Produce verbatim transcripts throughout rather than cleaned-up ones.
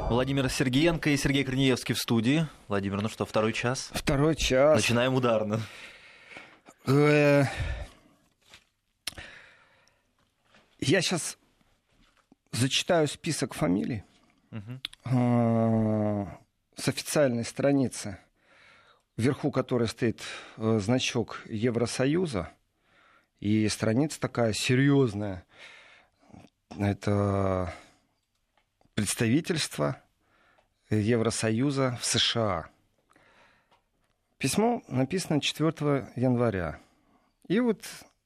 Владимир Сергеенко и Сергей Корнеевский в студии. Владимир, ну что, второй час? Второй час. Начинаем ударно. Я сейчас зачитаю список фамилий угу. с официальной страницы, вверху которой стоит значок Евросоюза. И страница такая серьезная. Это представительство Евросоюза в США. Письмо написано четвёртого января. И вот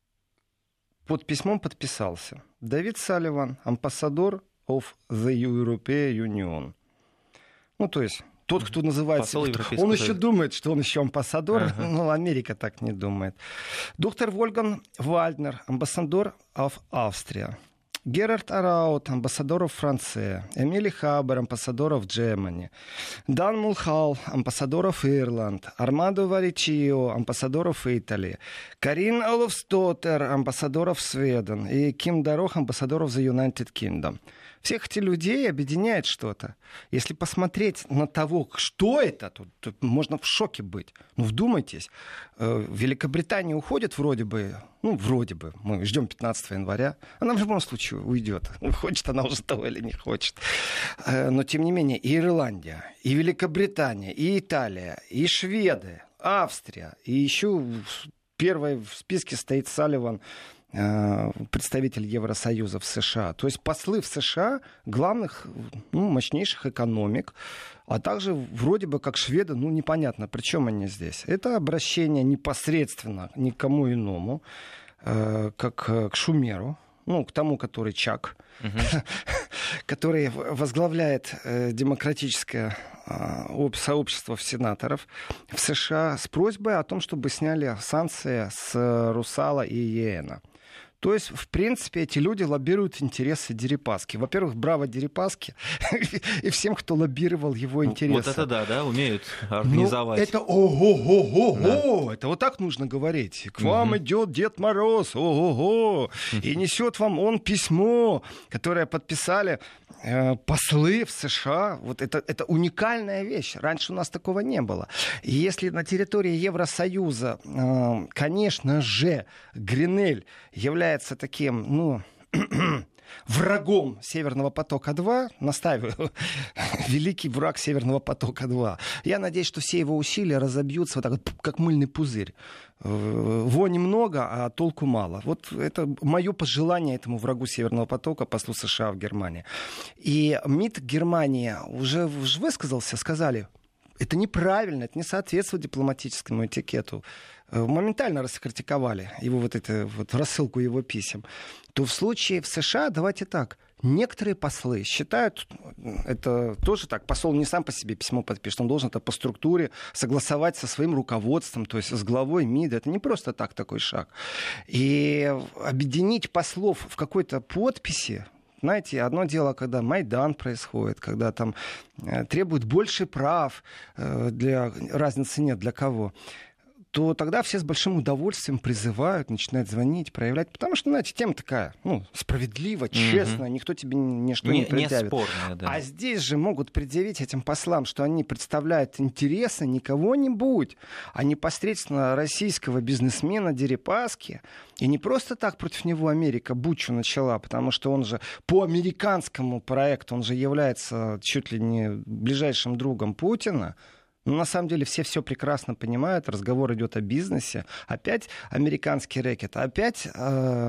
под письмом подписался Давид Салливан, амбассадор of the European Union. Ну, то есть тот, кто называется... Он еще думает, что он еще амбассадор, ага. но Америка так не думает. Доктор Вольфганг Вальднер, амбассадор of Австрия. Герард Араут, амбассадор Франции. Эмили Хабер, амбассадор Германии. Дан Мулхал, амбассадор Ирланд. Армандо Варичио, амбассадор Италии. Карин Оловстотер, амбассадор Сведен. И Ким Дарох, амбассадор The United Kingdom. Всех этих людей объединяет что-то. Если посмотреть на того, что это, то, то можно в шоке быть. Ну, вдумайтесь. Великобритания уходит вроде бы, ну, вроде бы, мы ждем пятнадцатого января. Она в любом случае уйдет. Хочет она уже того или не хочет. Но, тем не менее, и Ирландия, и Великобритания, и Италия, и Шведы, Австрия, и еще первой в списке стоит Салливан, представитель Евросоюза в США. То есть послы в США главных, ну, мощнейших экономик, а также вроде бы как шведы, ну, непонятно, при чем они здесь. Это обращение непосредственно никому иному, э, как к Шумеру, ну, к тому, который Чак, uh-huh. который возглавляет э, демократическое э, сообщество сенаторов в США с просьбой о том, чтобы сняли санкции с э, Русала и Йеэна. То есть, в принципе, эти люди лоббируют интересы Дерипаски. Во-первых, браво Дерипаски и всем, кто лоббировал его интересы. Вот это да, да, умеют организовать. Ну, это ого-го-го-го! Да. Это вот так нужно говорить. К вам угу. идет Дед Мороз, ого-го! И несет вам он письмо, которое подписали э, послы в США. Вот это, это уникальная вещь. Раньше у нас такого не было. И если на территории Евросоюза, э, конечно же, Гринель является таким, ну, врагом Северного потока-два, настаиваю, великий враг Северного потока-два. Я надеюсь, что все его усилия разобьются вот так вот, как мыльный пузырь. Вони много, а толку мало. Вот это мое пожелание этому врагу Северного потока, послу США в Германии. И МИД Германии уже высказался, сказали, это неправильно, это не соответствует дипломатическому этикету. Моментально раскритиковали его вот эту вот рассылку его писем. То в случае в США, давайте так, некоторые послы считают, это тоже так, посол не сам по себе письмо подпишет, он должен это по структуре согласовать со своим руководством, то есть с главой МИДа. Это не просто так такой шаг. И объединить послов в какой-то подписи, знаете, одно дело, когда Майдан происходит, когда там э, требуют больше прав, э, для разницы нет для кого, то тогда все с большим удовольствием призывают, начинают звонить, проявлять. Потому что, знаете, тема такая, ну, справедливо, честно, mm-hmm. никто тебе ничто не, не предъявит. Неспорная, да. А здесь же могут предъявить этим послам, что они представляют интересы не кого-нибудь, а непосредственно российского бизнесмена Дерипаски. И не просто так против него Америка бучу начала, потому что он же по американскому проекту, он же является чуть ли не ближайшим другом Путина. Но на самом деле все все прекрасно понимают, разговор идет о бизнесе. Опять американский рэкет, опять э,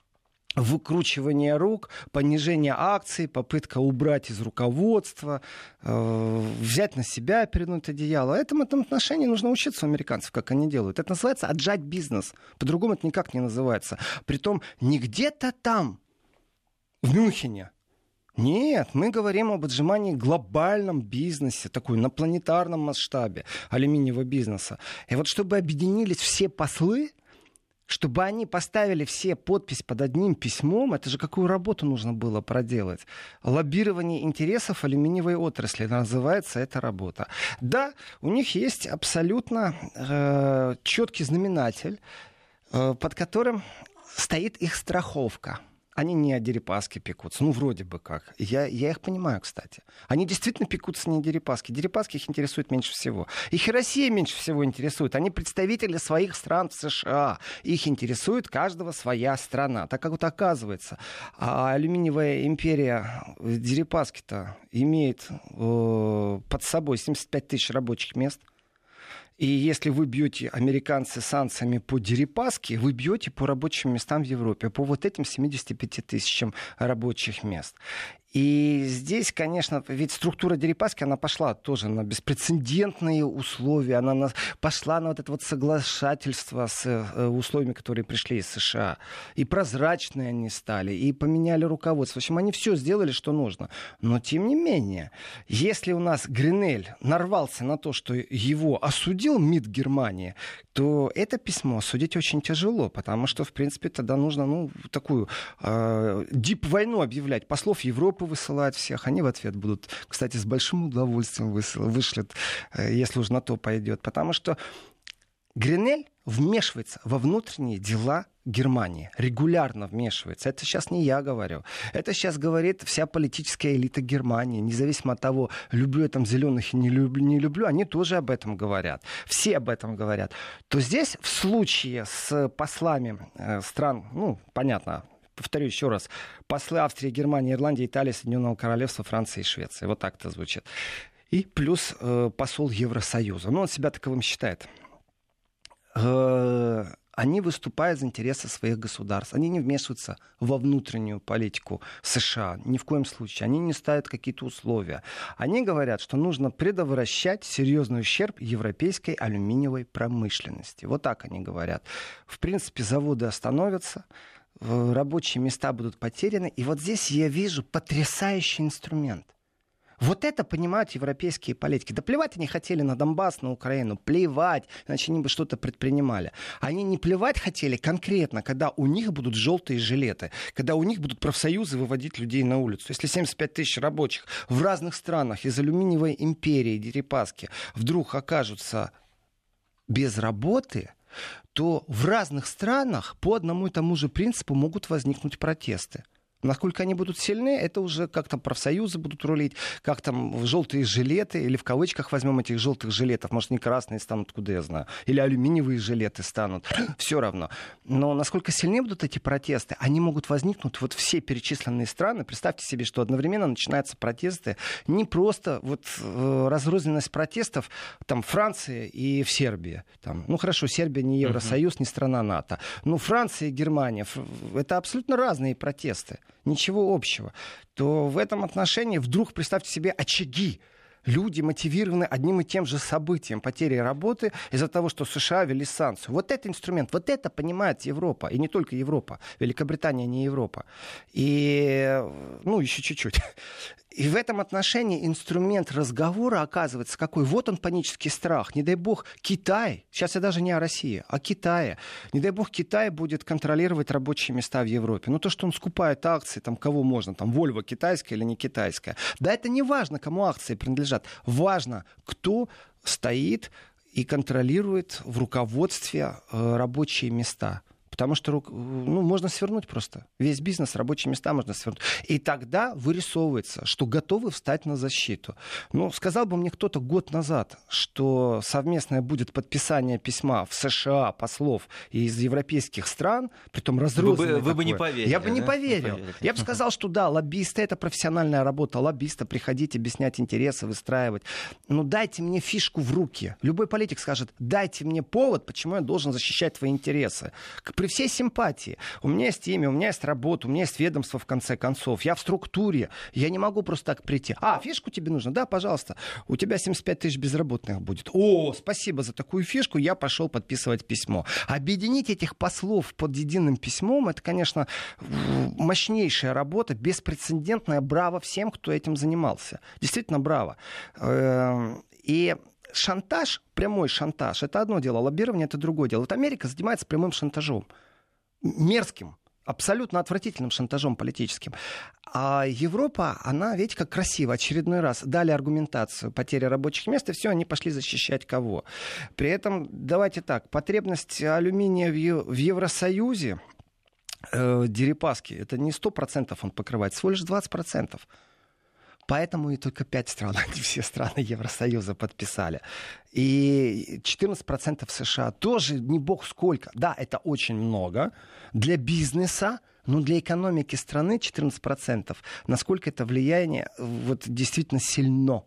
выкручивание рук, понижение акций, попытка убрать из руководства, э, взять на себя, перенуть одеяло. Этому этом отношении нужно учиться у американцев, как они делают. Это называется отжать бизнес. По-другому это никак не называется. Притом не где-то там, в Мюнхене. Нет, мы говорим об отжимании глобальном бизнесе, такой на планетарном масштабе алюминиевого бизнеса. И вот чтобы объединились все послы, чтобы они поставили все подпись под одним письмом, это же какую работу нужно было проделать? Лоббирование интересов алюминиевой отрасли, называется эта работа. Да, у них есть абсолютно э, четкий знаменатель, э, под которым стоит их страховка. Они не о Дерипаске пекутся, ну, вроде бы как. Я, я их понимаю, кстати. Они действительно пекутся не о Дерипаске. Дерипаски их интересует меньше всего. Их и Россия меньше всего интересует. Они представители своих стран в США. Их интересует каждого своя страна. Так как вот оказывается, а алюминиевая империя Дерипаски-то имеет э, под собой семьдесят пять тысяч рабочих мест. И если вы бьете, американцы, санкциями по Дерипаске, вы бьете по рабочим местам в Европе, по вот этим семидесяти пяти тысячам рабочих мест. И здесь, конечно, ведь структура Дерипаски, она пошла тоже на беспрецедентные условия, она на, пошла на вот это вот соглашательство с э, условиями, которые пришли из США. И прозрачные они стали, и поменяли руководство. В общем, они все сделали, что нужно. Но, тем не менее, если у нас Гринель нарвался на то, что его осудил МИД Германии, то это письмо осудить очень тяжело, потому что, в принципе, тогда нужно, ну, такую э, дип-войну объявлять. Послов Европы высылать всех, они в ответ будут, кстати, с большим удовольствием высыл, вышлют, если уж на то пойдет. Потому что Гринель вмешивается во внутренние дела Германии, регулярно вмешивается. Это сейчас не я говорю. Это сейчас говорит вся политическая элита Германии. Независимо от того, люблю я там зеленых и не люблю, не люблю, они тоже об этом говорят. Все об этом говорят. То здесь в случае с послами э, стран, ну, понятно, повторю еще раз, послы Австрии, Германии, Ирландии, Италии, Соединенного Королевства, Франции и Швеции. Вот так это звучит. И плюс э, посол Евросоюза. Ну, он себя таковым считает. Э, они выступают за интересы своих государств. Они не вмешиваются во внутреннюю политику США. Ни в коем случае. Они не ставят какие-то условия. Они говорят, что нужно предотвращать серьезный ущерб европейской алюминиевой промышленности. Вот так они говорят. В принципе, заводы остановятся, рабочие места будут потеряны. И вот здесь я вижу потрясающий инструмент. Вот это понимают европейские политики. Да плевать они хотели на Донбасс, на Украину. Плевать, иначе они бы что-то предпринимали. Они не плевать хотели конкретно, когда у них будут желтые жилеты, когда у них будут профсоюзы выводить людей на улицу. Если семьдесят пять тысяч рабочих в разных странах из алюминиевой империи Дерипаски вдруг окажутся без работы, то в разных странах по одному и тому же принципу могут возникнуть протесты. Насколько они будут сильны, это уже как там профсоюзы будут рулить, как там желтые жилеты, или в кавычках возьмем этих желтых жилетов, может, не красные станут, куда я знаю, или алюминиевые жилеты станут, все равно. Но насколько сильнее будут эти протесты, они могут возникнуть, вот все перечисленные страны, представьте себе, что одновременно начинаются протесты, не просто вот э, разрозненность протестов, там, Франция и в Сербии, там, ну, хорошо, Сербия не Евросоюз, не страна НАТО, но Франция и Германия, это абсолютно разные протесты. Ничего общего, то в этом отношении вдруг, представьте себе, очаги. Люди мотивированы одним и тем же событием потери работы из-за того, что США ввели санкцию. Вот это инструмент, вот это понимает Европа, и не только Европа. Великобритания не Европа. И, ну, еще чуть-чуть. И в этом отношении инструмент разговора оказывается какой? Вот он, панический страх. Не дай бог Китай, сейчас я даже не о России, а о Китае. Не дай бог Китай будет контролировать рабочие места в Европе. Ну то, что он скупает акции, там кого можно, там Volvo китайская или не китайская. Да это не важно, кому акции принадлежат. Важно, кто стоит и контролирует в руководстве э, рабочие места. Потому что ну, можно свернуть просто. Весь бизнес, рабочие места можно свернуть. И тогда вырисовывается, что готовы встать на защиту. Ну, сказал бы мне кто-то год назад, что совместное будет подписание письма в США послов из европейских стран, притом разрозненное. Вы, вы бы не поверили. Я бы не да? поверил. Я бы сказал, что да, лоббисты — это профессиональная работа. Лоббиста, приходите, объяснять интересы, выстраивать. Ну, дайте мне фишку в руки. Любой политик скажет, дайте мне повод, почему я должен защищать твои интересы. При всей симпатии. У меня есть имя, у меня есть работа, у меня есть ведомство, в конце концов. Я в структуре. Я не могу просто так прийти. А, фишку тебе нужно? Да, пожалуйста. У тебя семьдесят пять тысяч безработных будет. О, спасибо за такую фишку. Я пошел подписывать письмо. Объединить этих послов под единым письмом, это, конечно, мощнейшая работа, беспрецедентная. Браво всем, кто этим занимался. Действительно, браво. И шантаж, прямой шантаж, это одно дело, лоббирование — это другое дело. Вот Америка занимается прямым шантажом. Мерзким, абсолютно отвратительным шантажом политическим. А Европа, она, видите, как красиво, очередной раз дали аргументацию потери рабочих мест, и все, они пошли защищать кого. При этом, давайте так, потребность алюминия в, Е- в Евросоюзе, э, Дерипаски, это не сто процентов он покрывает, всего лишь двадцать процентов. Поэтому и только пять стран, а не все страны Евросоюза подписали. И четырнадцать процентов США тоже не бог сколько. Да, это очень много для бизнеса, но для экономики страны четырнадцать процентов. Насколько это влияние вот, действительно сильно.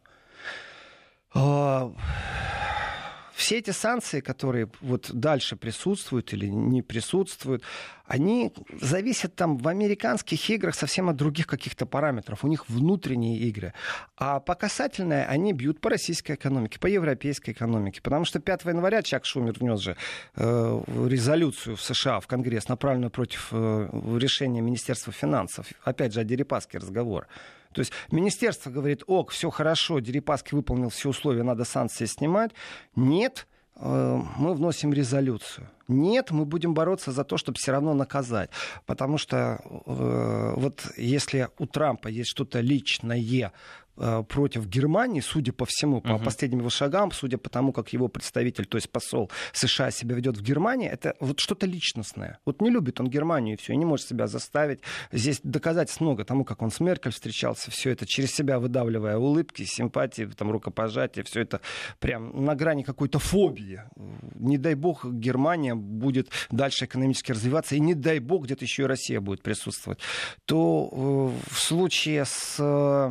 Все эти санкции, которые вот дальше присутствуют или не присутствуют, они зависят там в американских играх совсем от других каких-то параметров. У них внутренние игры. А по касательной они бьют по российской экономике, по европейской экономике. Потому что пятого января Чак Шумер внес же э, резолюцию в США, в Конгресс, направленную против э, решения Министерства финансов. Опять же, о Дерипаске разговор. То есть министерство говорит: ок, все хорошо, Дерипаски выполнил все условия, надо санкции снимать. Нет, э, мы вносим резолюцию. Нет, мы будем бороться за то, чтобы все равно наказать. Потому что э, вот если у Трампа есть что-то личное э, против Германии, судя по всему, по uh-huh. последним его шагам, судя по тому, как его представитель, то есть посол США себя ведет в Германии, это вот что-то личностное. Вот не любит он Германию, и все, и не может себя заставить. Здесь доказательств много тому, как он с Меркель встречался, все это через себя выдавливая улыбки, симпатии, там, рукопожатия, все это прям на грани какой-то фобии. Не дай бог Германия будет дальше экономически развиваться, и не дай бог где-то еще и Россия будет присутствовать, то э, в случае с э,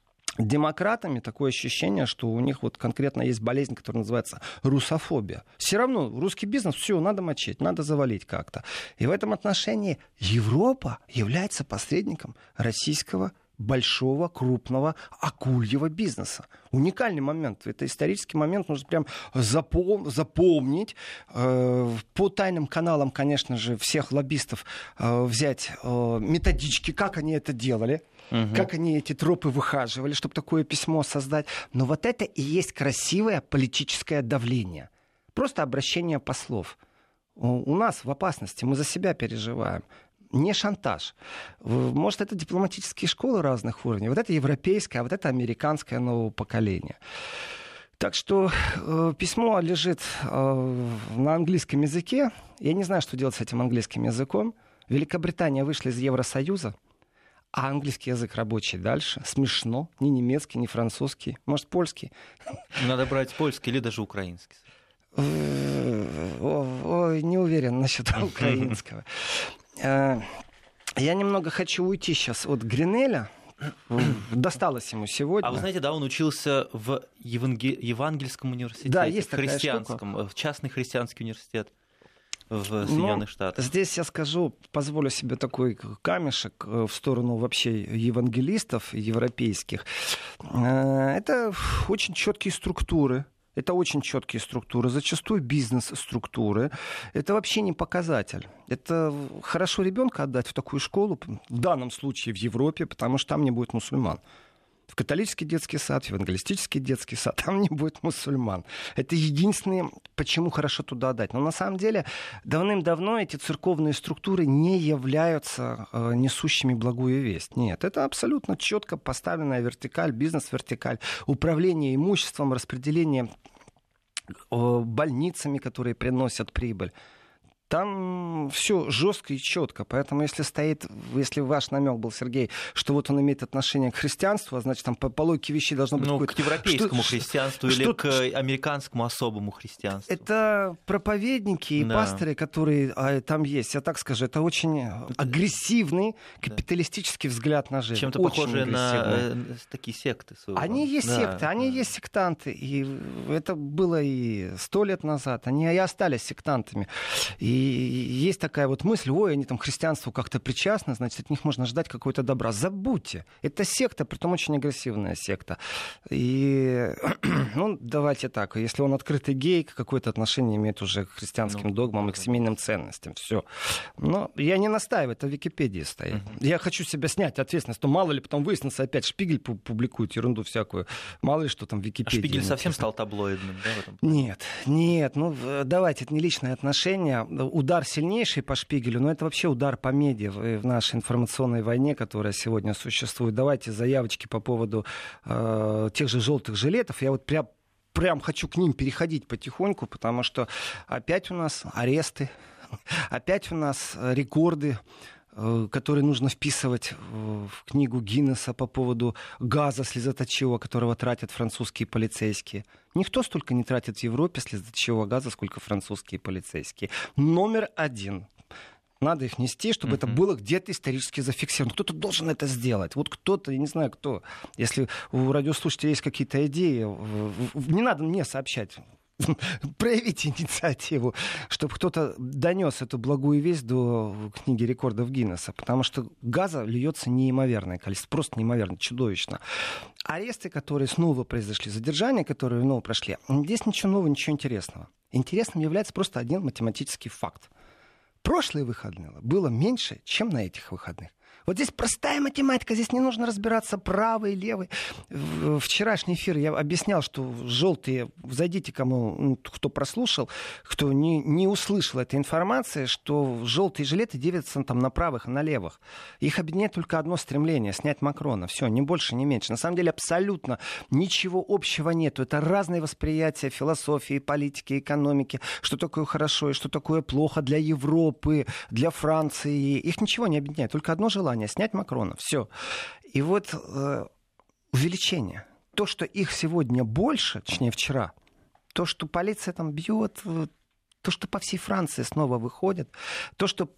демократами такое ощущение, что у них вот конкретно есть болезнь, которая называется русофобия. Все равно русский бизнес, все, надо мочить, надо завалить как-то. И в этом отношении Европа является посредником российского большого, крупного, акульего бизнеса. Уникальный момент. Это исторический момент, нужно прям запом- запомнить. Э, по тайным каналам, конечно же, всех лоббистов э, взять э, методички, как они это делали, угу. как они эти тропы выхаживали, чтобы такое письмо создать. Но вот это и есть красивое политическое давление. Просто обращение послов. У нас в опасности, мы за себя переживаем. Не шантаж. Может, это дипломатические школы разных уровней. Вот это европейское, а вот это американское нового поколения. Так что э, письмо лежит э, на английском языке. Я не знаю, что делать с этим английским языком. Великобритания вышла из Евросоюза, а английский язык рабочий дальше. Смешно. Ни немецкий, ни французский. Может, польский. Надо брать польский или даже украинский. Ой, не уверен насчет украинского. Я немного хочу уйти сейчас от Гринеля. Досталось ему сегодня. А вы знаете, да, он учился в Еванге... Евангельском университете. Да, есть такая христианском, штука. В частный христианский университет в Соединенных Но Штатах. Здесь я скажу, позволю себе такой камешек в сторону вообще евангелистов европейских. Это очень четкие структуры. Это очень четкие структуры, зачастую бизнес-структуры. Это вообще не показатель. Это хорошо ребенка отдать в такую школу, в данном случае в Европе, потому что там не будет мусульман. В католический детский сад, в евангелистический детский сад, там не будет мусульман. Это единственное, почему хорошо туда отдать. Но на самом деле давным-давно эти церковные структуры не являются э, несущими благую весть. Нет, это абсолютно четко поставленная вертикаль, бизнес-вертикаль, управление имуществом, распределение э, больницами, которые приносят прибыль. Там все жестко и четко. Поэтому если стоит, если ваш намек был, Сергей, что вот он имеет отношение к христианству, а значит, там по, по логике вещей должно быть... Ну, какое-то... к европейскому что, христианству что, или что, к американскому особому христианству. Это проповедники и да. пасторы, которые а, там есть. Я так скажу, это очень агрессивный капиталистический да. взгляд на жизнь. Чем-то похожие на э, такие секты. Своего. Они есть да, секты, да. они есть сектанты. И это было и сто лет назад. Они и остались сектантами. И И есть такая вот мысль, ой, они там к христианству как-то причастны, значит, от них можно ждать какого-то добра. Забудьте. Это секта, притом очень агрессивная секта. И, ну, давайте так, если он открытый гей, какое-то отношение имеет уже к христианским ну, догмам и к семейным ценностям. Все. Но я не настаиваю, это в Википедии стоит. Uh-huh. Я хочу себя снять ответственность, но мало ли потом выяснится, опять Шпигель публикует ерунду всякую. Мало ли что там в Википедии. А Шпигель написано. Совсем стал таблоидным, да, в этом? Нет, нет, ну, давайте, это не личные отношения. Удар сильнейший по Шпигелю, но это вообще удар по медиа в нашей информационной войне, которая сегодня существует. Давайте заявочки по поводу э, тех же желтых жилетов. Я вот прям, прям хочу к ним переходить потихоньку, потому что опять у нас аресты, Опять у нас рекорды, которые нужно вписывать в книгу Гиннесса по поводу газа слезоточивого, которого тратят французские полицейские. Никто столько не тратит в Европе слезоточивого газа, сколько французские полицейские. Номер один. Надо их нести, чтобы uh-huh. это было где-то исторически зафиксировано. Кто-то должен это сделать. Вот кто-то, я не знаю кто. Если у радиослушателей есть какие-то идеи, не надо мне сообщать. Проявите инициативу, чтобы кто-то донес эту благую весть до книги рекордов Гиннесса, потому что газа льется неимоверное количество, просто неимоверно, чудовищно. Аресты, которые снова произошли, задержания, которые снова прошли, здесь ничего нового, ничего интересного. Интересным является просто один математический факт. Прошлые выходные было меньше, чем на этих выходных. Вот здесь простая математика, здесь не нужно разбираться правый, левый. В вчерашний эфир я объяснял, что желтые, зайдите кому, кто прослушал, кто не, не услышал этой информации, что желтые жилеты делятся там на правых и на левых. Их объединяет только одно стремление — снять Макрона. Все, ни больше, ни меньше. На самом деле абсолютно ничего общего нету. Это разные восприятия философии, политики, экономики, что такое хорошо и что такое плохо для Европы, для Франции. Их ничего не объединяет, только одно желание — снять Макрона. Все. И вот э, увеличение. То, что их сегодня больше, точнее вчера, то, что полиция там бьет, то, что по всей Франции снова выходит, то, что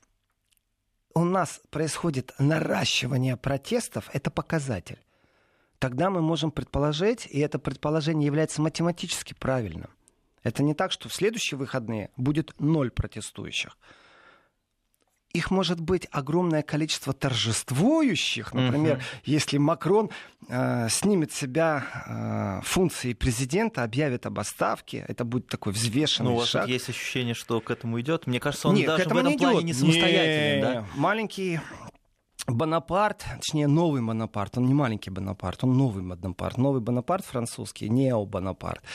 у нас происходит наращивание протестов, это показатель. Тогда мы можем предположить, и это предположение является математически правильным. Это не так, что в следующие выходные будет ноль протестующих. Их может быть огромное количество торжествующих. Например, uh-huh. если Макрон э, снимет с себя э, функции президента, объявит об отставке, это будет такой взвешенный шаг. Ну, у вас шаг. есть ощущение, что к этому идет? Мне кажется, он Нет, даже в этом не плане идет. не самостоятельный. Не, да? Маленький Бонапарт, точнее новый Бонапарт, он не маленький Бонапарт, он новый Бонапарт. Новый Бонапарт французский, нео-Бонапарт.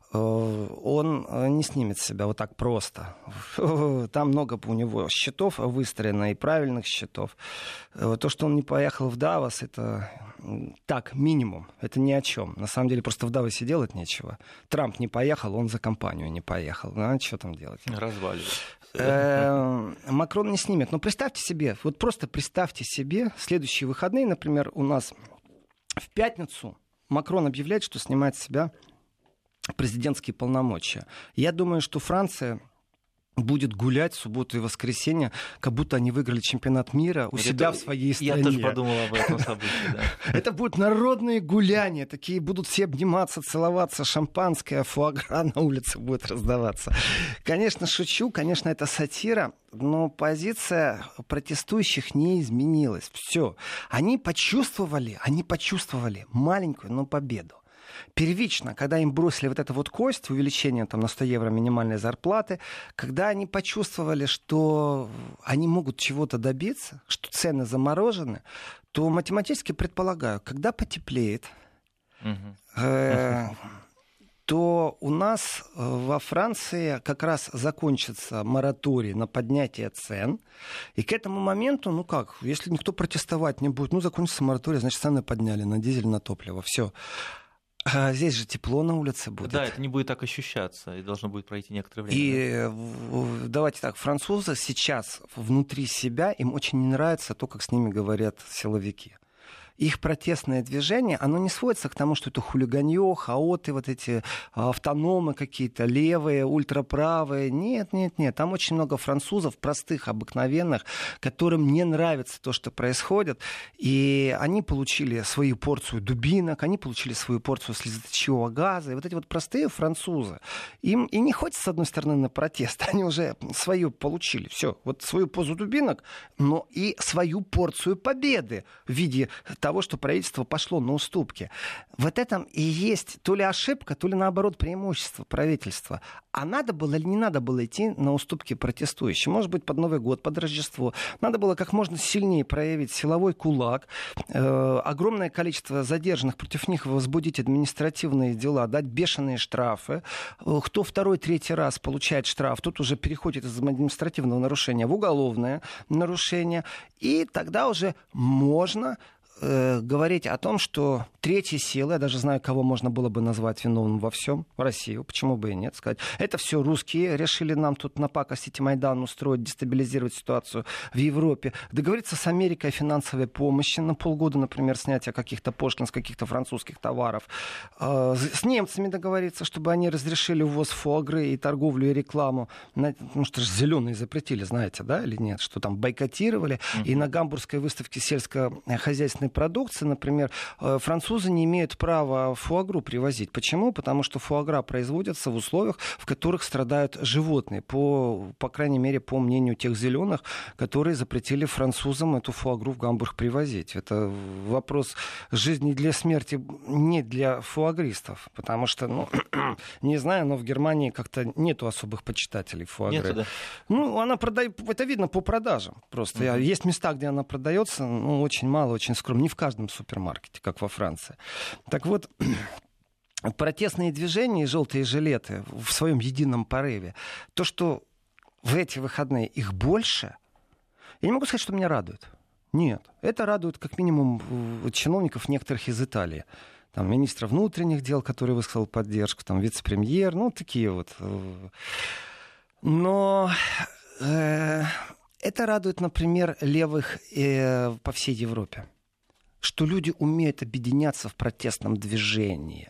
Он не снимет себя вот так просто. Там много у него счетов выстроено, и правильных счетов. То, что он не поехал в Давос, это так, минимум. Это ни о чем. На самом деле просто в Давосе делать нечего. Трамп не поехал, он за компанию не поехал. Ну, а что там делать? Разваливать. Макрон не снимет. Но представьте себе, вот просто представьте себе, следующие выходные, например, у нас в пятницу Макрон объявляет, что снимает с себя президентские полномочия. Я думаю, что Франция будет гулять в субботу и воскресенье, как будто они выиграли чемпионат мира у вот себя это, в своей стране. Я тоже подумал об этом событии, да. Это будут народные гуляния, такие будут все обниматься, целоваться, шампанское, фуагра на улице будет раздаваться. Конечно, шучу, конечно, это сатира, но позиция протестующих не изменилась. Все. Они почувствовали, они почувствовали маленькую, но победу. Первично, когда им бросили вот эту вот кость, увеличение там, на сто евро минимальной зарплаты, когда они почувствовали, что они могут чего-то добиться, что цены заморожены, то математически предполагаю, когда потеплеет, uh-huh. э, то у нас во Франции как раз закончится мораторий на поднятие цен. И к этому моменту, ну как, если никто протестовать не будет, ну закончится мораторий, значит цены подняли на дизель, на топливо, все. А здесь же тепло на улице будет. Да, это не будет так ощущаться, и должно будет пройти некоторое время. И да? давайте так, французы сейчас внутри себя, им очень не нравится то, как с ними говорят силовики. Их протестное движение, оно не сводится к тому, что это хулиганье, хаоты, вот эти автономы какие-то, левые, ультраправые. Нет, нет, нет. Там очень много французов, простых, обыкновенных, которым не нравится то, что происходит. И они получили свою порцию дубинок, они получили свою порцию слезоточивого газа. И вот эти вот простые французы, им и не хочется, с одной стороны, на протест. Они уже свою получили. Все. Вот свою позу дубинок, но и свою порцию победы в виде того, что правительство пошло на уступки. Вот этом и есть то ли ошибка, то ли наоборот преимущество правительства. А надо было или не надо было идти на уступки протестующим? Может быть, под Новый год, под Рождество. Надо было как можно сильнее проявить силовой кулак, э, огромное количество задержанных, против них возбудить административные дела, дать бешеные штрафы. Кто второй, третий раз получает штраф, тот уже переходит из административного нарушения в уголовное нарушение. И тогда уже можно э, говорить о том, что третья сила, я даже знаю, кого можно было бы назвать виновным во всем, Россию, почему бы и нет, сказать, это все русские решили нам тут напакостить Майдан устроить, дестабилизировать ситуацию в Европе, договориться с Америкой о финансовой помощи на полгода, например, снятия каких-то пошлин с каких-то французских товаров, э, с немцами договориться, чтобы они разрешили ввоз фуагры и торговлю и рекламу, на, ну что же зеленые запретили, знаете, да, или нет, что там бойкотировали, mm-hmm. и на Гамбургской выставке сельскохозяйственной продукции, например, французы не имеют права фуагру привозить. Почему? Потому что фуагра производится в условиях, в которых страдают животные, по, по крайней мере, по мнению тех зеленых, которые запретили французам эту фуагру в Гамбург привозить. Это вопрос жизни для смерти не для фуагристов, потому что, ну, не знаю, но в Германии как-то нету особых почитателей фуагры. Нету, да? Ну, она продает, это видно по продажам просто. Mm-hmm. Есть места, где она продается, ну, очень мало, очень скромно. Не в каждом супермаркете, как во Франции. Так вот, протестные движения и желтые жилеты в своем едином порыве, то, что в эти выходные их больше, я не могу сказать, что меня радует. Нет, это радует как минимум чиновников некоторых из Италии. Там министра внутренних дел, который высказал поддержку, там вице-премьер, ну, такие вот. Но э, это радует, например, левых э, по всей Европе. Что люди умеют объединяться в протестном движении.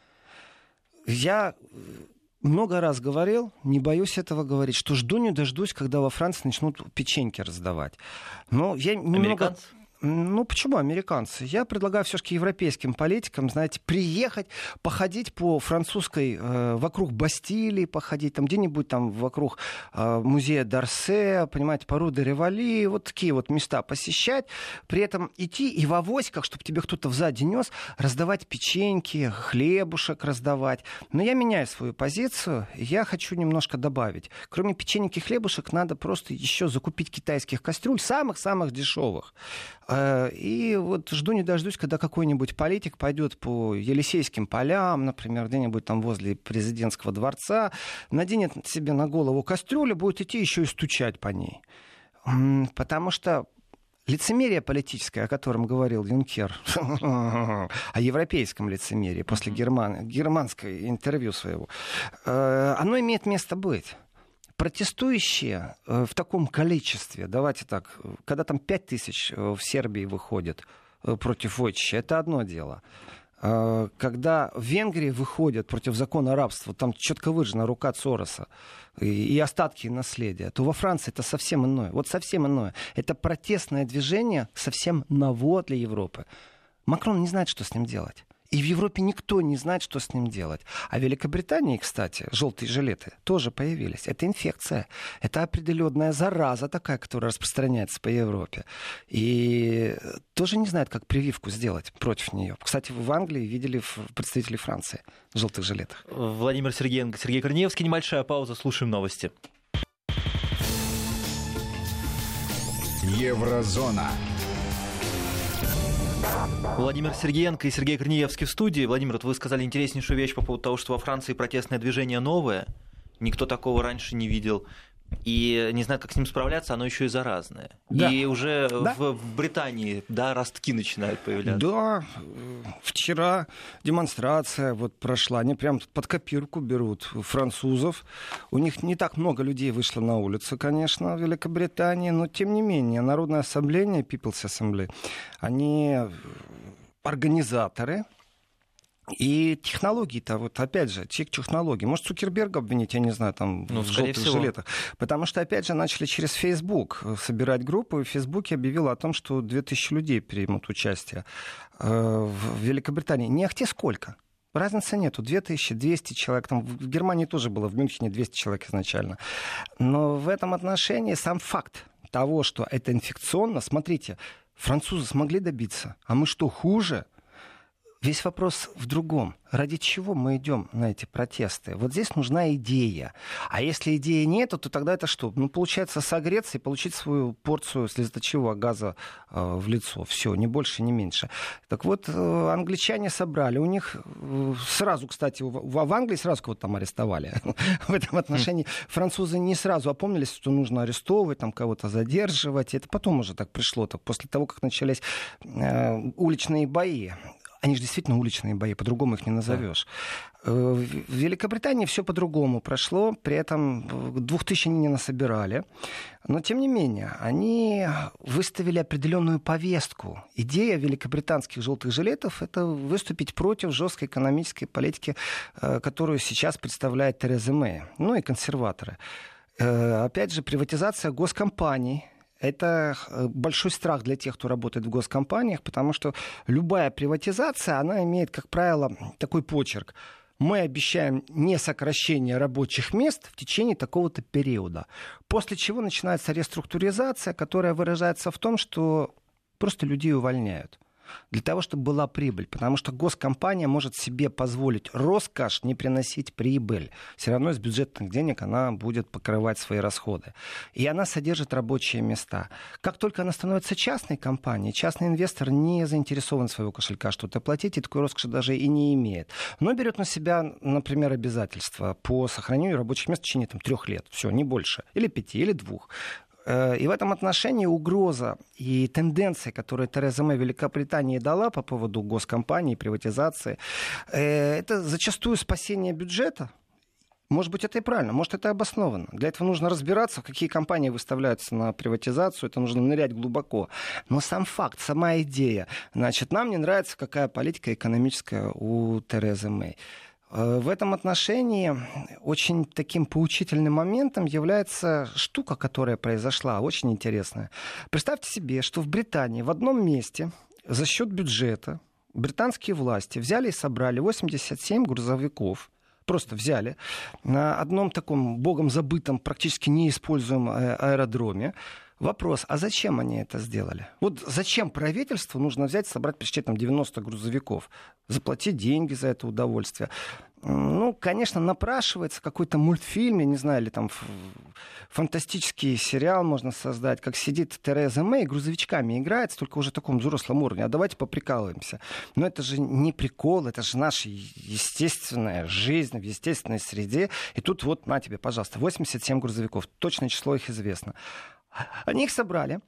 Я много раз говорил, не боюсь этого говорить, что жду не дождусь, когда во Франции начнут печеньки раздавать. Но я немного... Американцы? Ну, почему американцы? Я предлагаю все-таки европейским политикам, знаете, приехать, походить по французской, э, вокруг Бастилии, походить там где-нибудь там вокруг э, музея Д'Орсе, понимаете, по Ру де Риволи, вот такие вот места посещать, при этом идти и в авоськах, чтобы тебе кто-то сзади нес, раздавать печеньки, хлебушек раздавать. Но я меняю свою позицию, я хочу немножко добавить. Кроме печеньки и хлебушек, надо просто еще закупить китайских кастрюль, самых-самых дешевых. И вот жду не дождусь, когда какой-нибудь политик пойдет по Елисейским полям, например, где-нибудь там возле президентского дворца, наденет себе на голову кастрюлю, будет идти еще и стучать по ней. Потому что лицемерие политическое, о котором говорил Юнкер, о европейском лицемерии после герман... германской интервью своего, оно имеет место быть. Протестующие в таком количестве, давайте так, когда там пять тысяч в Сербии выходят против Войчича, это одно дело. Когда в Венгрии выходят против закона рабства, там четко выражена рука Сороса и, и остатки наследия, то во Франции это совсем иное. Вот совсем иное. Это протестное движение совсем ново для Европы. Макрон не знает, что с ним делать. И в Европе никто не знает, что с ним делать. А в Великобритании, кстати, желтые жилеты тоже появились. Это инфекция. Это определенная зараза такая, которая распространяется по Европе. И тоже не знают, как прививку сделать против нее. Кстати, в Англии видели представителей Франции в желтых жилетах. Владимир Сергеенко, Сергей Корнеевский. Небольшая пауза. Слушаем новости. Еврозона. Владимир Сергеенко и Сергей Корнеевский в студии. Владимир, вот вы сказали интереснейшую вещь по поводу того, что во Франции протестное движение новое. Никто такого раньше не видел. И не знает, как с ним справляться, оно еще и заразное. Да. И уже да. в, в Британии, да, ростки начинают появляться. Да, вчера демонстрация вот прошла. Они прям под копирку берут французов. У них не так много людей вышло на улицу, конечно, в Великобритании, но тем не менее, Народное ассамблея, People's Assembly, они организаторы. И технологии-то, вот опять же, технологии. Может, Цукерберга обвинить, я не знаю, там, ну, в желтых всего. жилетах. Потому что, опять же, начали через Facebook собирать группу, и в Фейсбуке объявил о том, что две тысячи людей примут участие в Великобритании. Не ахте сколько. Разницы нету. две тысячи двести человек. Там в Германии тоже было, в Мюнхене двести человек изначально. Но в этом отношении сам факт того, что это инфекционно, смотрите, французы смогли добиться, а мы что, хуже? Весь вопрос в другом. Ради чего мы идем на эти протесты? Вот здесь нужна идея. А если идеи нет, то тогда это что? Ну, получается, согреться и получить свою порцию слезоточивого газа э, в лицо. Все, ни больше, ни меньше. Так вот, э, англичане собрали. У них э, сразу, кстати, в, в Англии сразу кого-то там арестовали. В этом отношении французы не сразу опомнились, что нужно арестовывать, там кого-то задерживать. Это потом уже так пришло, так, после того, как начались э, уличные бои. Они же действительно уличные бои, по-другому их не назовешь. Да. В Великобритании все по-другому прошло, при этом двух тысяч они не насобирали. Но, тем не менее, они выставили определенную повестку. Идея великобританских желтых жилетов — это выступить против жесткой экономической политики, которую сейчас представляет Тереза Мэй, ну и консерваторы. Опять же, приватизация госкомпаний. Это большой страх для тех, кто работает в госкомпаниях, потому что любая приватизация, она имеет, как правило, такой почерк. Мы обещаем не сокращение рабочих мест в течение такого-то периода. После чего начинается реструктуризация, которая выражается в том, что просто людей увольняют. Для того, чтобы была прибыль. Потому что госкомпания может себе позволить роскошь не приносить прибыль. Все равно из бюджетных денег она будет покрывать свои расходы. И она содержит рабочие места. Как только она становится частной компанией, частный инвестор не заинтересован своего кошелька что-то платить, и такой роскоши даже и не имеет. Но берет на себя, например, обязательства по сохранению рабочих мест в течение там, трех лет. Все, не больше. Или пяти, или двух. И в этом отношении угроза и тенденции, которые Тереза Мэй Великобритании дала по поводу госкомпании, приватизации, это зачастую спасение бюджета. Может быть, это и правильно, может, это обосновано. Для этого нужно разбираться, какие компании выставляются на приватизацию, это нужно нырять глубоко. Но сам факт, сама идея. Значит, нам не нравится, какая политика экономическая у Терезы Мэй. В этом отношении очень таким поучительным моментом является штука, которая произошла, очень интересная. Представьте себе, что в Британии в одном месте за счет бюджета британские власти взяли и собрали восемьдесят семь грузовиков, просто взяли на одном таком богом забытом, практически неиспользуемом аэродроме. Вопрос, а зачем они это сделали? Вот зачем правительству нужно взять, собрать почти там девяносто грузовиков, заплатить деньги за это удовольствие? Ну, конечно, напрашивается какой-то мультфильм, я не знаю, или там фантастический сериал можно создать, как сидит Тереза Мэй, грузовичками играется, только уже в таком взрослом уровне. А давайте поприкалываемся. Но это же не прикол, это же наша естественная жизнь в естественной среде. И тут вот, на тебе, пожалуйста, восемьдесят семь грузовиков. Точное число их известно. Они их собрали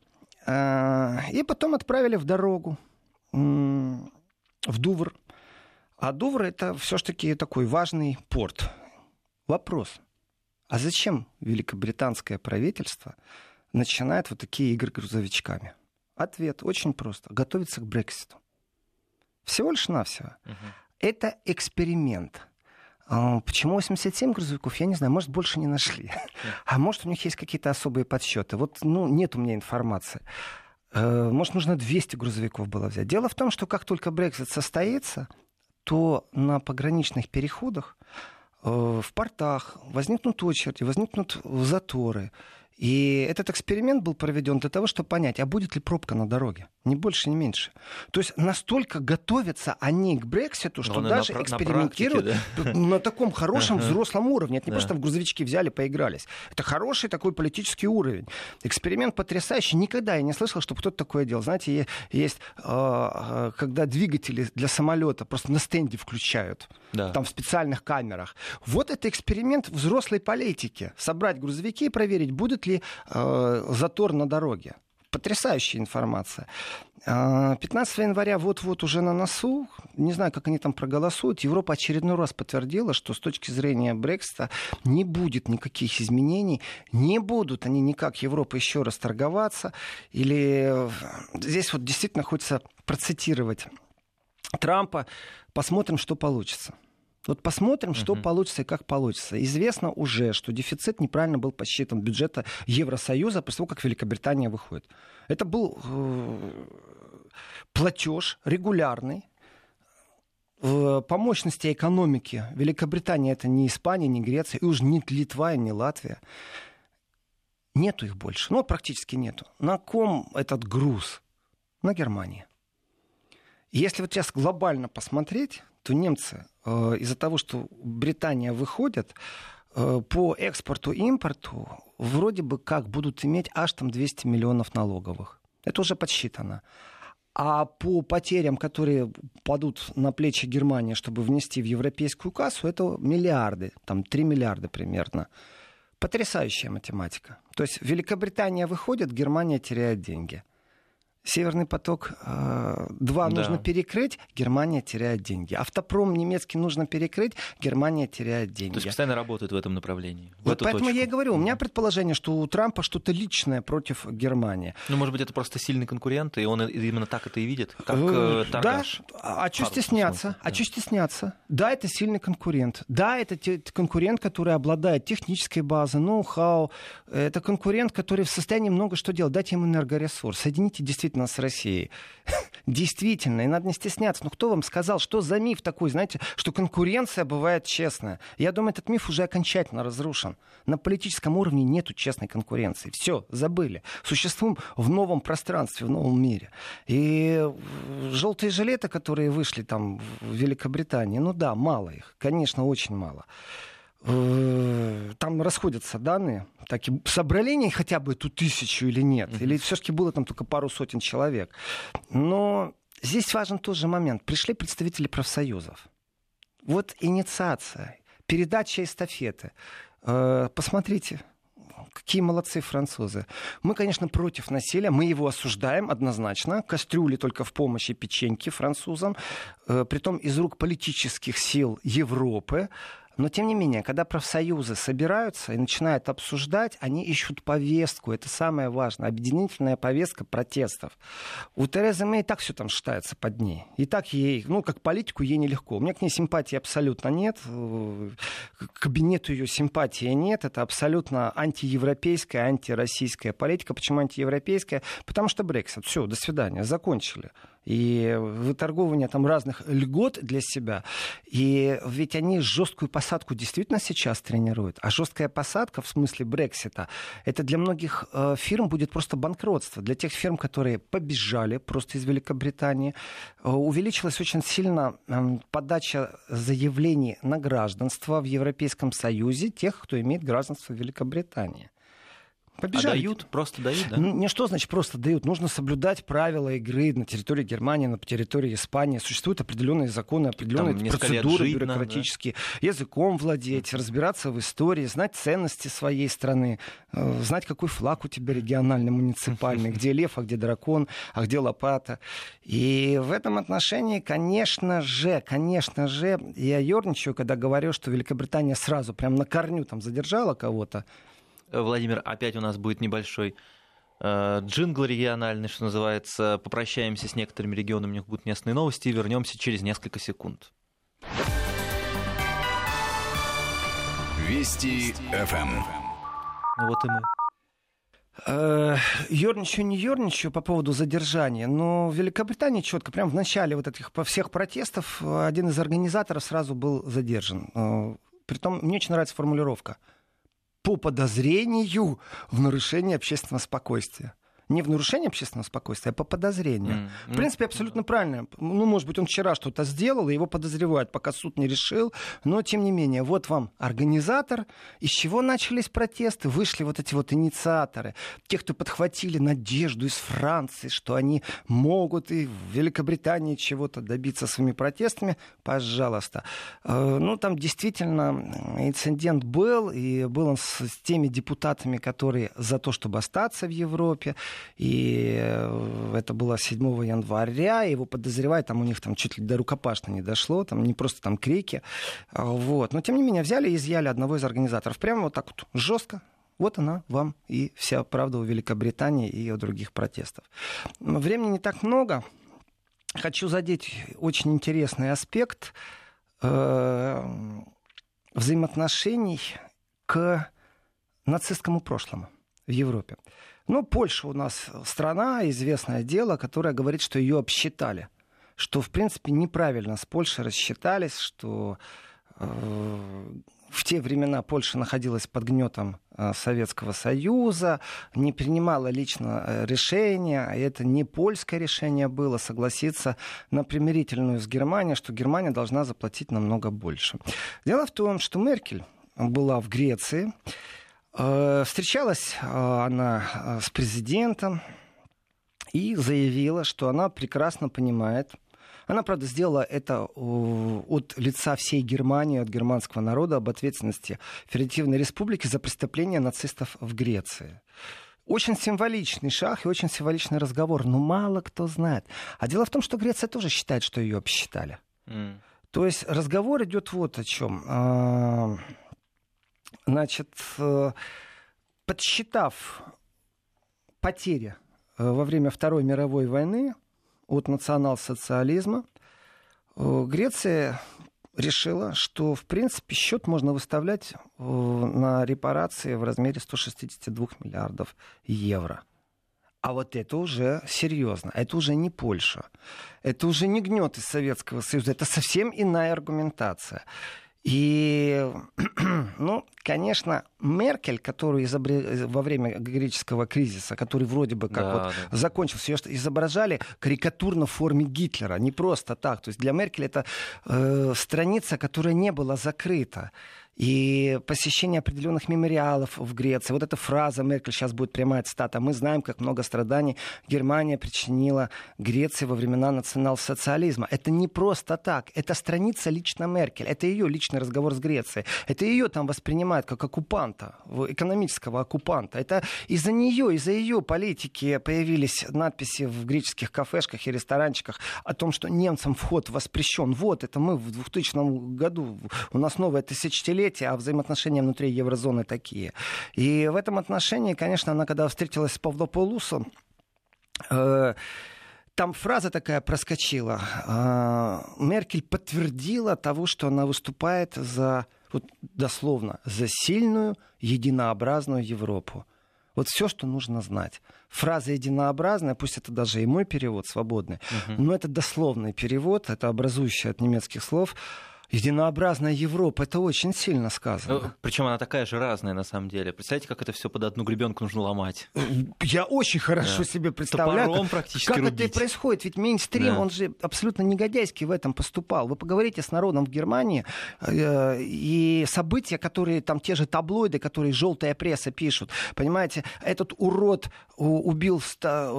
и потом отправили в дорогу в Дувр. А Дувр — это все-таки такой важный порт. Вопрос, а зачем великобританское правительство начинает вот такие игры грузовичками? Ответ очень просто. Готовится к Брекситу. Всего лишь навсего. Угу. Это эксперимент. Почему восемьдесят семь грузовиков, я не знаю, может, больше не нашли. А может, у них есть какие-то особые подсчеты. Вот, ну, нет у меня информации. Может, нужно двести грузовиков было взять. Дело в том, что как только Брексит состоится, то на пограничных переходах, в портах возникнут очереди, возникнут заторы. И этот эксперимент был проведен для того, чтобы понять, а будет ли пробка на дороге. Ни больше, ни меньше. То есть настолько готовятся они к Брекситу, что даже на, экспериментируют на, практике, да? на таком хорошем взрослом уровне. Это не да. просто в грузовички взяли, поигрались. Это хороший такой политический уровень. Эксперимент потрясающий. Никогда я не слышал, чтобы кто-то такое делал. Знаете, есть, когда двигатели для самолета просто на стенде включают. Да. Там в специальных камерах. Вот это эксперимент взрослой политики. Собрать грузовики и проверить, будет ли э, затор на дороге. Потрясающая информация. пятнадцатого января вот-вот уже на носу. Не знаю, как они там проголосуют. Европа очередной раз подтвердила, что с точки зрения Брексита не будет никаких изменений. Не будут они никак, Европа, еще раз торговаться. Или здесь вот действительно хочется процитировать Трампа. Посмотрим, что получится. Вот посмотрим, что uh-huh. получится и как получится. Известно уже, что дефицит неправильно был подсчитан бюджета Евросоюза после того, как Великобритания выходит. Это был э, платеж регулярный э, по мощности экономики. Великобритания — это не Испания, не Греция, и уж не Литва, и не Латвия. Нету их больше. Ну, практически нету. На ком этот груз? На Германии. Если вот сейчас глобально посмотреть, то немцы э, из-за того, что Британия выходит, э, по экспорту-импорту вроде бы как будут иметь аж там двести миллионов налоговых. Это уже подсчитано. А по потерям, которые падут на плечи Германии, чтобы внести в европейскую кассу, это миллиарды, там три миллиарда примерно. Потрясающая математика. То есть Великобритания выходит, Германия теряет деньги. Северный поток-два да. нужно перекрыть, Германия теряет деньги. Автопром немецкий нужно перекрыть, Германия теряет деньги. То есть постоянно работают в этом направлении. В вот эту поэтому точку. я и говорю, у меня предположение, что у Трампа что-то личное против Германии. Ну, может быть, это просто сильный конкурент, и он именно так это и видит, как э, торгаш. Да, а что стесняться? А что стесняться? Да, это сильный конкурент. Да, это конкурент, который обладает технической базой, ноу-хау. Это конкурент, который в состоянии много что делать. Дайте ему энергоресурс. Соедините действительно с Россией. Действительно, и надо не стесняться. Но кто вам сказал, что за миф такой, знаете, что конкуренция бывает честная? Я думаю, этот миф уже окончательно разрушен. На политическом уровне нету честной конкуренции. Все, забыли. Существуем в новом пространстве, в новом мире. И желтые жилеты, которые вышли там в Великобритании, ну да, мало их. Конечно, очень мало. Там расходятся данные. Так, собрали они хотя бы эту тысячу или нет? Mm-hmm. Или все-таки было там только пару сотен человек? Но здесь важен тоже момент. Пришли представители профсоюзов. Вот инициация, передача эстафеты. Посмотрите, какие молодцы французы. Мы, конечно, против насилия, мы его осуждаем однозначно. Кастрюли только в помощь и печеньки французам. Притом из рук политических сил Европы. Но, тем не менее, когда профсоюзы собираются и начинают обсуждать, они ищут повестку. Это самое важное. Объединительная повестка протестов. У Терезы Мэй и так все там считается под ней. И так ей, ну, как политику, ей нелегко. У меня к ней симпатии абсолютно нет. К кабинету ее симпатии нет. Это абсолютно антиевропейская, антироссийская политика. Почему антиевропейская? Потому что Брексит. Все, до свидания. Закончили. И выторговывание там разных льгот для себя. И ведь они жесткую посадку действительно сейчас тренируют. А жесткая посадка в смысле Брексита, это для многих э, фирм будет просто банкротство. Для тех фирм, которые побежали просто из Великобритании, э, увеличилась очень сильно э, подача заявлений на гражданство в Европейском Союзе тех, кто имеет гражданство в Великобритании. Побежали. А дают? Просто дают, да? Ну, не что значит просто дают. Нужно соблюдать правила игры на территории Германии, на территории Испании. Существуют определенные законы, определенные там процедуры жить бюрократические. Надо, да? Языком владеть, разбираться в истории, знать ценности своей страны, знать, какой флаг у тебя региональный, муниципальный, где лев, а где дракон, а где лопата. И в этом отношении, конечно же, конечно же, я ерничаю, когда говорю, что Великобритания сразу прям на корню там задержала кого-то. Владимир, опять у нас будет небольшой э, джингл региональный, что называется. Попрощаемся с некоторыми регионами, у них будут местные новости, и вернемся через несколько секунд. Вести эф эм. Ну вот и мы. Ёрничаю, не ёрничаю по поводу задержания, но в Великобритании четко, прямо в начале вот этих всех протестов, один из организаторов сразу был задержан. Притом мне очень нравится формулировка. По подозрению в нарушении общественного спокойствия. Не в нарушении общественного спокойствия, а по подозрению. Mm. В принципе, абсолютно правильно. Ну, может быть, он вчера что-то сделал, и его подозревают, пока суд не решил. Но, тем не менее, вот вам организатор. Из чего начались протесты? Вышли вот эти вот инициаторы. Те, кто подхватили надежду из Франции, что они могут и в Великобритании чего-то добиться своими протестами. Пожалуйста. Ну, там действительно инцидент был, и был он с теми депутатами, которые за то, чтобы остаться в Европе. И это было седьмого января, его подозревают, там у них там чуть ли до рукопашной не дошло, там не просто там крики. Вот. Но, тем не менее, взяли и изъяли одного из организаторов. Прямо вот так вот, жестко. Вот она вам и вся правда о Великобритании и о других протестах. Времени не так много. Хочу задеть очень интересный аспект э, взаимоотношений к нацистскому прошлому в Европе. Ну, Польша у нас страна, известное дело, которая говорит, что ее обсчитали. Что, в принципе, неправильно с Польшей рассчитались, что э, в те времена Польша находилась под гнетом Советского Союза, не принимала лично решения, а это не польское решение было, согласиться на примирительную с Германией, что Германия должна заплатить намного больше. Дело в том, что Меркель была в Греции, встречалась она с президентом и заявила, что она прекрасно понимает. Она, правда, сделала это от лица всей Германии, от германского народа, об ответственности Федеративной Республики за преступления нацистов в Греции. Очень символичный шаг и очень символичный разговор, но мало кто знает. А дело в том, что Греция тоже считает, что ее обсчитали. Mm. То есть разговор идет вот о чем. Значит, подсчитав потери во время Второй мировой войны от национал-социализма, Греция решила, что, в принципе, счет можно выставлять на репарации в размере сто шестьдесят два миллиардов евро. А вот это уже серьезно. Это уже не Польша. Это уже не гнет из Советского Союза. Это совсем иная аргументация. И, ну, конечно, Меркель, которую изобре... во время греческого кризиса, который вроде бы как да, вот да. закончился, ее изображали карикатурно в форме Гитлера, не просто так. То есть для Меркель это э, страница, которая не была закрыта. И посещение определенных мемориалов в Греции. Вот эта фраза Меркель, сейчас будет прямая цитата: «Мы знаем, как много страданий Германия причинила Греции во времена национал-социализма». Это не просто так. Это страница лично Меркель. Это ее личный разговор с Грецией. Это ее там воспринимают как оккупанта, экономического оккупанта. Это из-за нее, из-за ее политики появились надписи в греческих кафешках и ресторанчиках о том, что немцам вход воспрещен. Вот это мы в двухтысячном году. У нас новое тысячелетие, а взаимоотношения внутри еврозоны такие. И в этом отношении, конечно, она, когда встретилась с Павлопоулосом, э, там фраза такая проскочила. Э, Меркель подтвердила того, что она выступает за, вот, дословно, за сильную, единообразную Европу. Вот все, что нужно знать. Фраза единообразная, пусть это даже и мой перевод свободный, uh-huh. но это дословный перевод, это образующий от немецких слов. Единообразная Европа, это очень сильно сказано. Причем она такая же разная на самом деле. Представляете, как это все под одну гребенку нужно ломать? Я очень хорошо да. себе представляю, Топором как, практически как рубить. это происходит. Ведь мейнстрим, да. он же абсолютно негодяйски в этом поступал. Вы поговорите с народом в Германии, э, и события, которые там, те же таблоиды, которые желтая пресса пишут, понимаете, этот урод убил ста...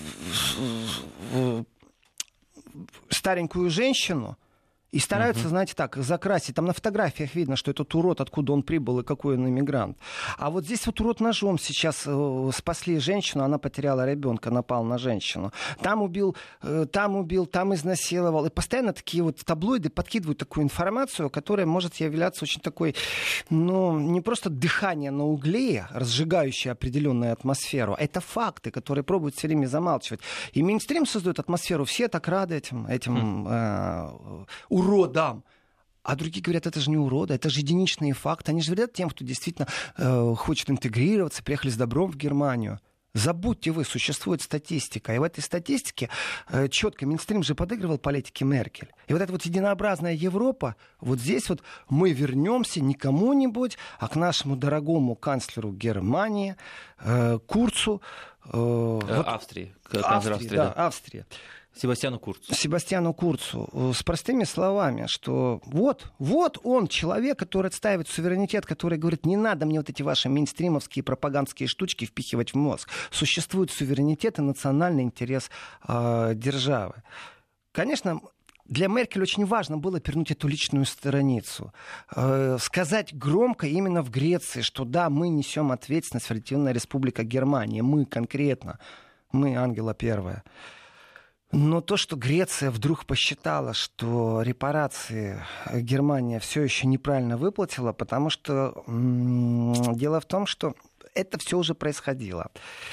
старенькую женщину, и стараются, uh-huh. знаете, так, закрасить. Там на фотографиях видно, что этот урод, откуда он прибыл и какой он иммигрант. А вот здесь вот урод ножом сейчас э, спасли женщину, она потеряла ребенка, напал на женщину. Там убил, э, там убил, там изнасиловал. И постоянно такие вот таблоиды подкидывают такую информацию, которая может являться очень такой, ну, не просто дыхание на угле, разжигающее определенную атмосферу. Это факты, которые пробуют все время замалчивать. И мейнстрим создает атмосферу, все так рады этим, этим э, уродам. А другие говорят, это же не уроды, это же единичные факты. Они же вредят тем, кто действительно э, хочет интегрироваться, приехали с добром в Германию. Забудьте вы, существует статистика. И в этой статистике э, четко Минстрим же подыгрывал политике Меркель. И вот эта вот единообразная Европа, вот здесь вот мы вернемся не к кому-нибудь, а к нашему дорогому канцлеру Германии, э, Курцу. Э, э, вот, Австрии. Австрии, Австрии, да, да. Австрия. Себастьяну Курцу. Себастьяну Курцу. С простыми словами, что вот, вот он, человек, который отстаивает суверенитет, который говорит, не надо мне вот эти ваши мейнстримовские пропагандские штучки впихивать в мозг. Существует суверенитет и национальный интерес э, державы. Конечно, для Меркель очень важно было пернуть эту личную страницу. Э, сказать громко именно в Греции, что да, мы несем ответственность, Федеративная Республика Германия, мы конкретно, мы Ангела Первая. Но то, что Греция вдруг посчитала, что репарации Германия все еще неправильно выплатила, потому что м- дело в том, что это все уже происходило.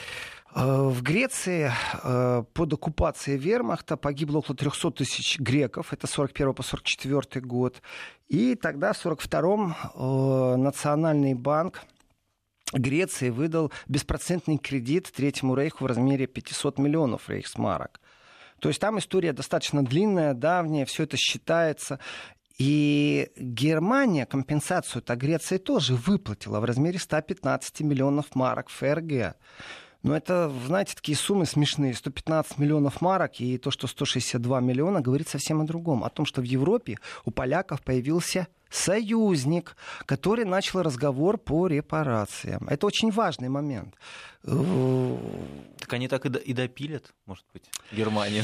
В Греции под оккупацией вермахта погибло около триста тысяч греков, это с сорок первого по сорок четвёртый год. И тогда в сорок втором Национальный банк Греции выдал беспроцентный кредит Третьему рейху в размере пятьсот миллионов рейхсмарок. То есть там история достаточно длинная, давняя, все это считается. И Германия компенсацию-то Греции тоже выплатила в размере сто пятнадцать миллионов марок ФРГ. Но это, знаете, такие суммы смешные. сто пятнадцать миллионов марок и то, что сто шестьдесят два миллиона, говорит совсем о другом. О том, что в Европе у поляков появился союзник, который начал разговор по репарациям. Это очень важный момент. Так они так и допилят, может быть, Германию.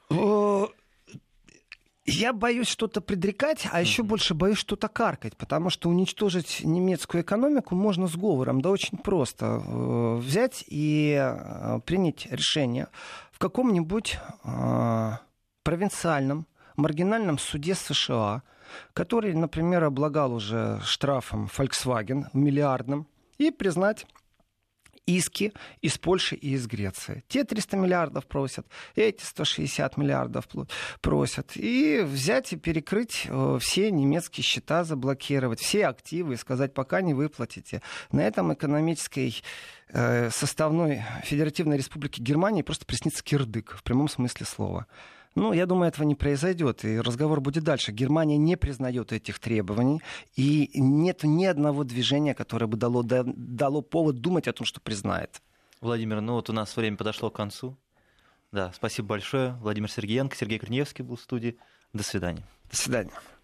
Я боюсь что-то предрекать, а еще mm-hmm. больше боюсь что-то каркать, потому что уничтожить немецкую экономику можно сговором, да очень просто. Взять и принять решение в каком-нибудь провинциальном, маргинальном суде США, который, например, облагал уже штрафом Volkswagen миллиардным, и признать иски из Польши и из Греции. Те триста миллиардов просят, эти сто шестьдесят миллиардов просят. И взять и перекрыть все немецкие счета, заблокировать все активы и сказать, пока не выплатите. На этом экономической э, составной Федеративной Республики Германии просто приснится кирдык в прямом смысле слова. Ну, я думаю, этого не произойдет, и разговор будет дальше. Германия не признает этих требований, и нет ни одного движения, которое бы дало, дало повод думать о том, что признает. Владимир, ну вот у нас время подошло к концу. Да, спасибо большое. Владимир Сергеенко, Сергей Корнеевский был в студии. До свидания. До свидания.